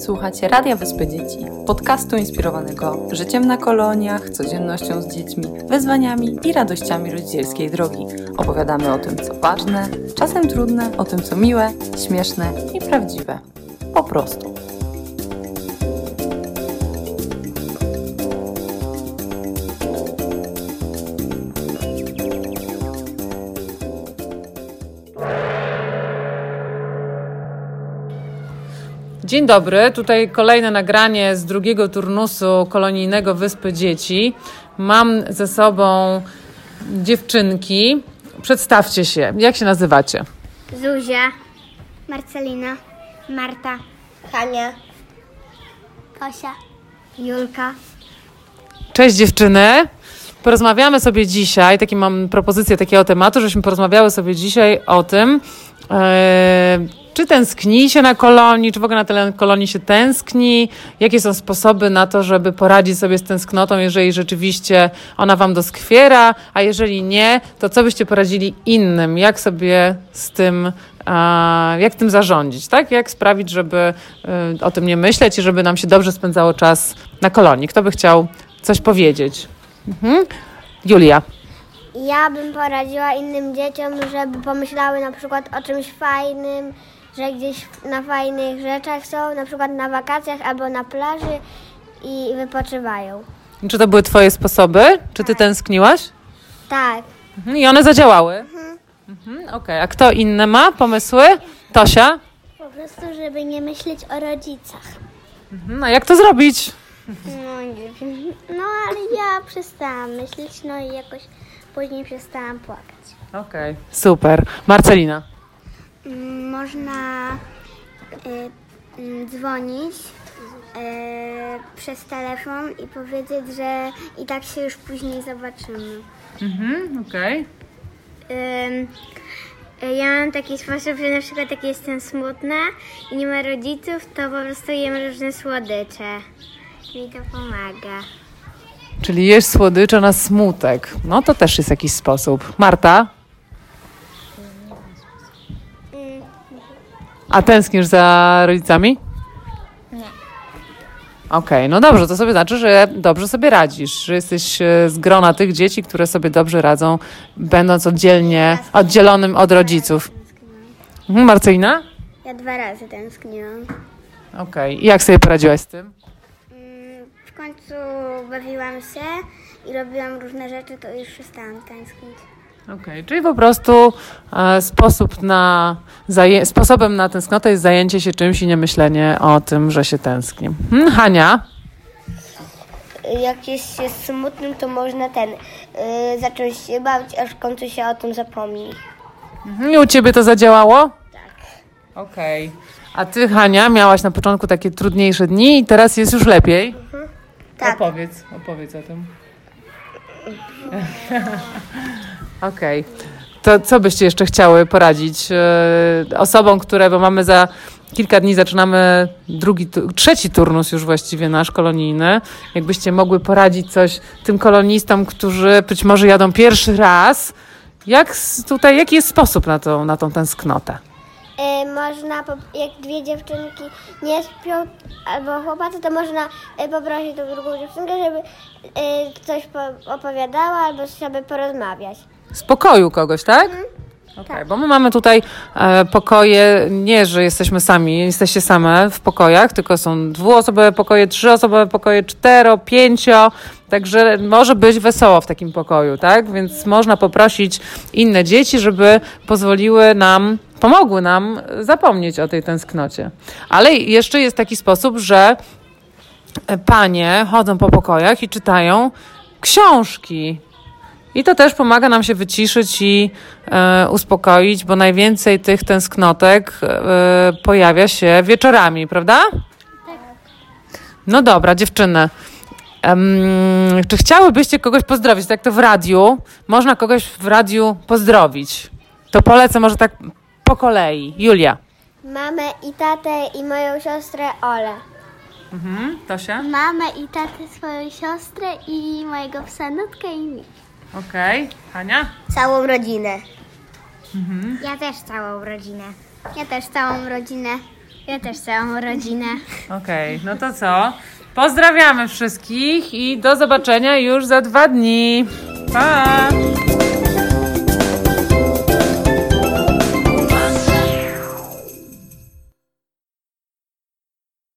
Słuchacie Radia Wyspy Dzieci, podcastu inspirowanego życiem na koloniach, codziennością z dziećmi, wyzwaniami i radościami rodzicielskiej drogi. Opowiadamy o tym, co ważne, czasem trudne, o tym, co miłe, śmieszne i prawdziwe. Po prostu. Dzień dobry, tutaj kolejne nagranie z drugiego turnusu kolonijnego Wyspy Dzieci. Mam ze sobą dziewczynki. Przedstawcie się, jak się nazywacie? Zuzia, Marcelina, Marta, Hania, Kasia, Julka. Cześć dziewczyny. Porozmawiamy sobie dzisiaj, mam propozycję takiego tematu, żebyśmy porozmawiały sobie dzisiaj o tym, czy tęskni się na kolonii, czy w ogóle na kolonii się tęskni, jakie są sposoby na to, żeby poradzić sobie z tęsknotą, jeżeli rzeczywiście ona wam doskwiera, a jeżeli nie, to co byście poradzili innym, jak sobie z tym, jak tym zarządzić, tak? Jak sprawić, żeby o tym nie myśleć i żeby nam się dobrze spędzało czas na kolonii. Kto by chciał coś powiedzieć? Julia. Ja bym poradziła innym dzieciom, żeby pomyślały na przykład o czymś fajnym, że gdzieś na fajnych rzeczach są, na przykład na wakacjach albo na plaży i wypoczywają. Czy to były twoje sposoby? Czy ty tęskniłaś? Tak. I one zadziałały? Okej. A kto inny ma pomysły? Tosia? Po prostu, żeby nie myśleć o rodzicach. A jak to zrobić? No nie wiem. No ale ja przestałam myśleć, no i jakoś później przestałam płakać. Okej. Super. Marcelina? Można dzwonić przez telefon i powiedzieć, że i tak się już później zobaczymy. Okej. Ja mam taki sposób, że na przykład jak jestem smutna i nie ma rodziców, to po prostu jem różne słodycze. Mi to pomaga. Czyli jesz słodycze na smutek. No to też jest jakiś sposób. Marta? A tęsknisz za rodzicami? Nie. Okej, no dobrze, to sobie znaczy, że dobrze sobie radzisz, że jesteś z grona tych dzieci, które sobie dobrze radzą, będąc oddzielonym od rodziców. Marcelina? Ja 2 razy tęskniłam. Okej, i jak sobie poradziłaś z tym? W końcu bawiłam się i robiłam różne rzeczy, to już przestałam tęsknić. Okej, czyli po prostu sposobem na tęsknotę jest zajęcie się czymś i nie myślenie o tym, że się tęskni. Hania? Jak jest się smutnym, to można zacząć się bawić, aż w końcu się o tym zapomni. I u ciebie to zadziałało? Tak. Okej. A ty, Hania, miałaś na początku takie trudniejsze dni i teraz jest już lepiej? Tak. Opowiedz o tym. Okej. To co byście jeszcze chciały poradzić osobom, bo mamy za kilka dni zaczynamy trzeci turnus już właściwie nasz kolonijny. Jakbyście mogły poradzić coś tym kolonistom, którzy być może jadą pierwszy raz. Jaki jest sposób na tą tęsknotę? Można, jak 2 dziewczynki nie śpią, albo chłopacy, to można poprosić tą drugą dziewczynkę, żeby coś opowiadała, albo sobie porozmawiać. Z pokoju kogoś, tak? Okej, bo my mamy tutaj pokoje, nie, że jesteśmy sami, jesteście same w pokojach, tylko są 2-osobowe pokoje, 3-osobowe pokoje, 4, 5, także może być wesoło w takim pokoju, tak? Więc można poprosić inne dzieci, żeby pomogły nam zapomnieć o tej tęsknocie. Ale jeszcze jest taki sposób, że panie chodzą po pokojach i czytają książki. I to też pomaga nam się wyciszyć i uspokoić, bo najwięcej tych tęsknotek pojawia się wieczorami, prawda? Tak. No dobra, dziewczyny. Czy chciałybyście kogoś pozdrowić? Tak to w radiu. Można kogoś w radiu pozdrowić. To polecę może tak po kolei. Julia. Mamę i tatę i moją siostrę Olę. Tosia? Mamę i tatę, swoją siostrę i mojego psa Nutkę i mi. Okej. Hania? Całą rodzinę. Ja też całą rodzinę. Ja też całą rodzinę. Ja też całą rodzinę. Okej, no to co? Pozdrawiamy wszystkich i do zobaczenia już za 2 dni. Pa!